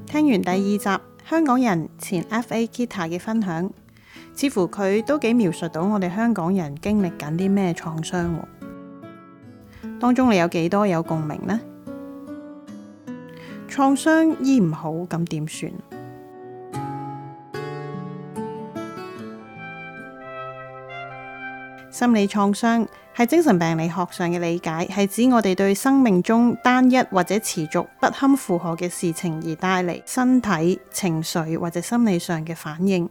聽完第2集香港人前 FA Kita 嘅分享，似乎佢都幾描述到我哋香港人經歷緊啲咩創傷喎。當中你有幾多有共鳴呢？創傷醫唔好咁點算？心理創傷係精神病理學上嘅理解，係指我哋對生命中單一或者持續不堪負荷嘅事情而帶嚟身體、情緒或者心理上嘅反應。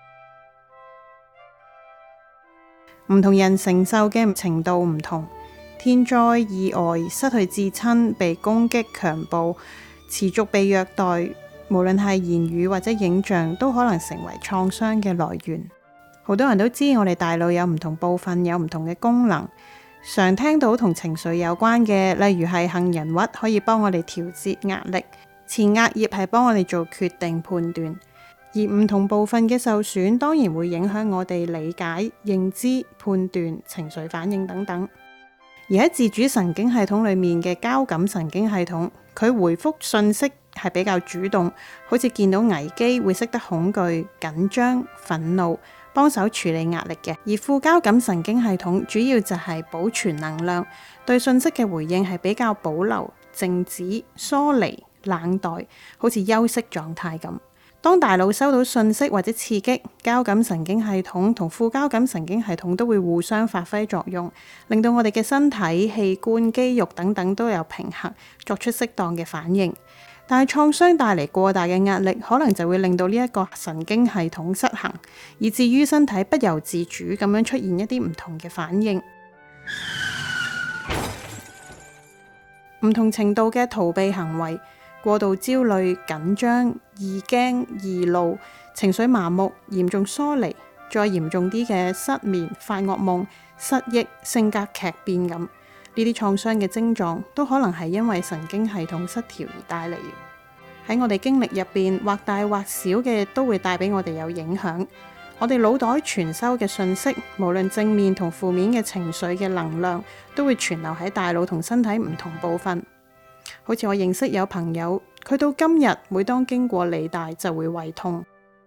唔同人承受嘅程度唔同，天災、意外、失去至親、被攻擊、強暴、持續被虐待，無論係言語或者影像，都可能成為創傷嘅來源。好多人都知我哋大腦有唔同部分，有唔同嘅功能，常聽到同情緒有關嘅，例如係杏仁核可以幫我哋調節壓力，前額葉係幫我哋做決定判斷，而唔同部分嘅受損當然會影響我哋理解、認知、判斷、情緒反應等等。而喺自主神經系統裏面嘅交感神經系統，佢回覆訊息係比較主動，好似見到危機會識得恐懼、緊張、憤怒，幫手處理壓力嘅。而副交感神經系統主要就係保存能量，對訊息嘅回應係比較保留、靜止、疏離、冷待，好似休息狀態咁。當大腦收到訊息或者刺激，交感神經系統同副交感神經系統都會互相發揮作用，令到我哋嘅身體、器官、肌肉等等都有平衡，作出適當嘅反應。但係創傷帶嚟過大嘅壓力，可能就會令到呢一個神經系統失衡，以至於身體不由自主咁樣出現一啲唔同嘅反應。唔同程度嘅逃避行為、過度焦慮、緊張、易驚、易怒、情緒麻木、嚴重疏離，再嚴重啲嘅失眠、發噩夢、失憶、性格劇變咁。呢啲創傷嘅症狀都可能係因為神經系統失調而帶嚟。喺我哋經歷入邊，或大或小嘅都會帶俾我哋有影響。我哋腦袋傳收嘅訊息，無論正面同負面嘅情緒嘅能量，都會存留喺大腦同身體唔同部分。好似我認識有朋友，佢到今日每當經過理大就會胃痛。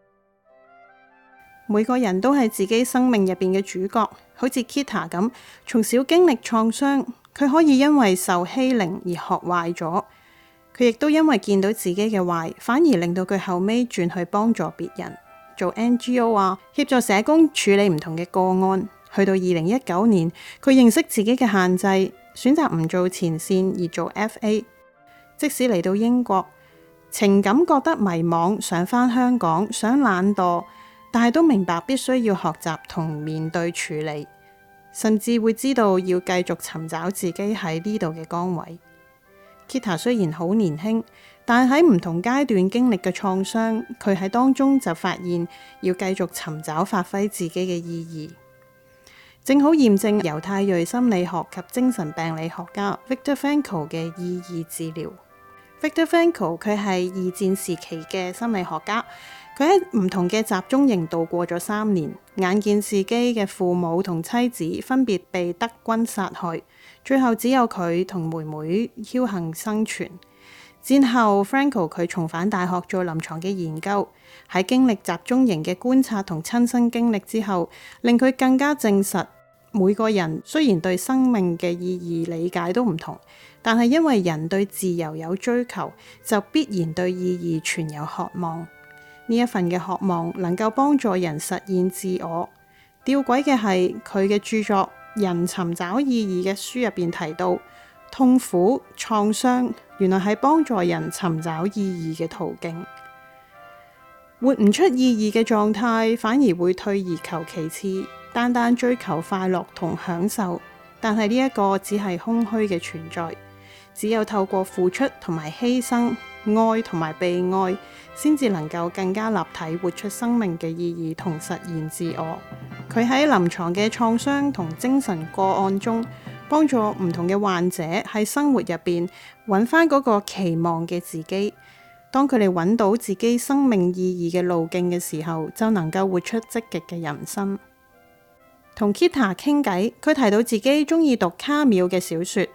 每個人都係自己生命入邊嘅主角，好似 Kita 咁，從小經歷創傷，佢可以因為受欺凌而學壞咗。佢亦都因為見到自己嘅壞，反而令到佢後尾轉去幫助別人，做 NGO 啊，協助社工處理唔同嘅個案。去到2019年，佢認識自己嘅限制，選擇唔做前線而做 FA。即使嚟到英國，情感覺得迷茫，想返香港，想懶惰，但係都明白必須要學習同面對處理，甚至會知道要繼續尋找自己喺呢度嘅崗位。Kita 雖然好年輕，但係喺唔同階段經歷嘅創傷，佢喺當中就發現要繼續尋找發揮自己嘅意義。正好驗證猶太裔心理學及精神病理學家 Viktor Frankl 嘅意義治療。Viktor Frankl 佢係二戰時期嘅心理學家，佢喺唔同嘅集中營度過咗3年，眼見自己嘅父母同妻子分別被德軍殺害，最後只有佢同妹妹僥倖生存。戰後 Frankl 佢重返大學做臨床嘅研究，喺經歷集中營嘅觀察同親身經歷之後，令佢更加證實每個人雖然對生命嘅意義理解都唔同，但係因為人對自由有追求，就必然對意義存有渴望。呢一份嘅渴望能夠幫助人實現自我。吊詭嘅係佢嘅著作《人尋找意義》嘅書入邊提到，痛苦、創傷原來係幫助人尋找意義嘅途徑。活唔出意義嘅狀態，反而會退而求其次，單單追求快樂同享受。但係呢一個只係空虛嘅存在，只有透過付出同埋犧牲、愛同埋被愛，先至能夠更加立體活出生命嘅意義同實現自我。佢喺臨床嘅創傷同精神個案中，幫助唔同嘅患者喺生活入邊揾翻嗰個期望嘅自己。當佢哋揾到自己生命意義嘅路徑嘅時候，就能夠活出積極嘅人生。同 Kita 傾偈，佢提到自己中意讀卡繆嘅小說。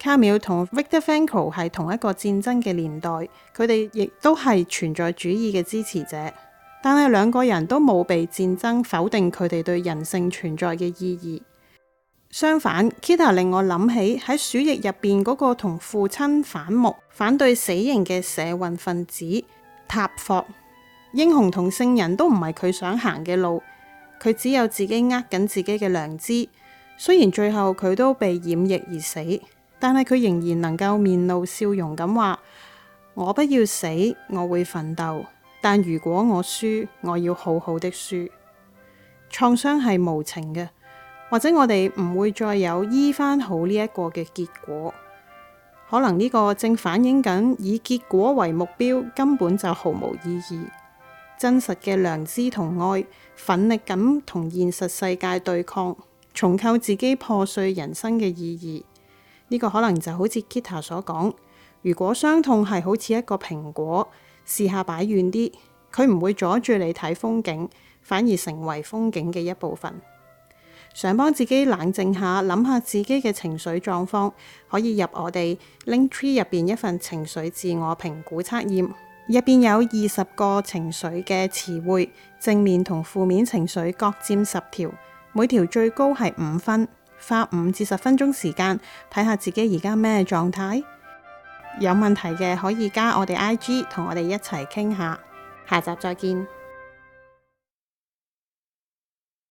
卡繆同 Viktor Frankl 係同一個戰爭嘅年代，佢哋亦都係存在主義嘅支持者，但係兩個人都冇被戰爭否定佢哋對人性存在嘅意義。相反 Kita 令我諗起喺鼠疫入邊嗰個同父親反目、反對死刑嘅社運分子塔霍。英雄同聖人都唔係佢想行嘅路，佢只有自己握緊自己嘅良知。雖然最後佢都被染疫而死，但係佢仍然能夠面露笑容咁話：我不要死，我會奮鬥，但如果我輸，我要好好的輸。創傷係無情嘅，或者我哋唔會再有醫翻好呢一個嘅結果。可能呢個正反映緊以結果為目標根本就毫無意義。真實嘅良知同愛，奮力咁同現實世界對抗，重構自己破碎人生嘅意義。呢個可能就好似 Kita 所講，如果傷痛係好似一個蘋果，試下擺遠啲，佢唔會阻住你睇風景，反而成為風景嘅一部分。想幫自己冷靜下，諗下自己嘅情緒狀況，可以入我哋 Linktree 入邊一份情緒自我評估測驗，入邊有20個情緒嘅詞彙，正面同負面情緒各佔10條，每條最高係5分，花5至10分鐘時間睇下自己而家咩狀態。有問題嘅可以加我哋 IG 同我哋一齊傾下。下集再見。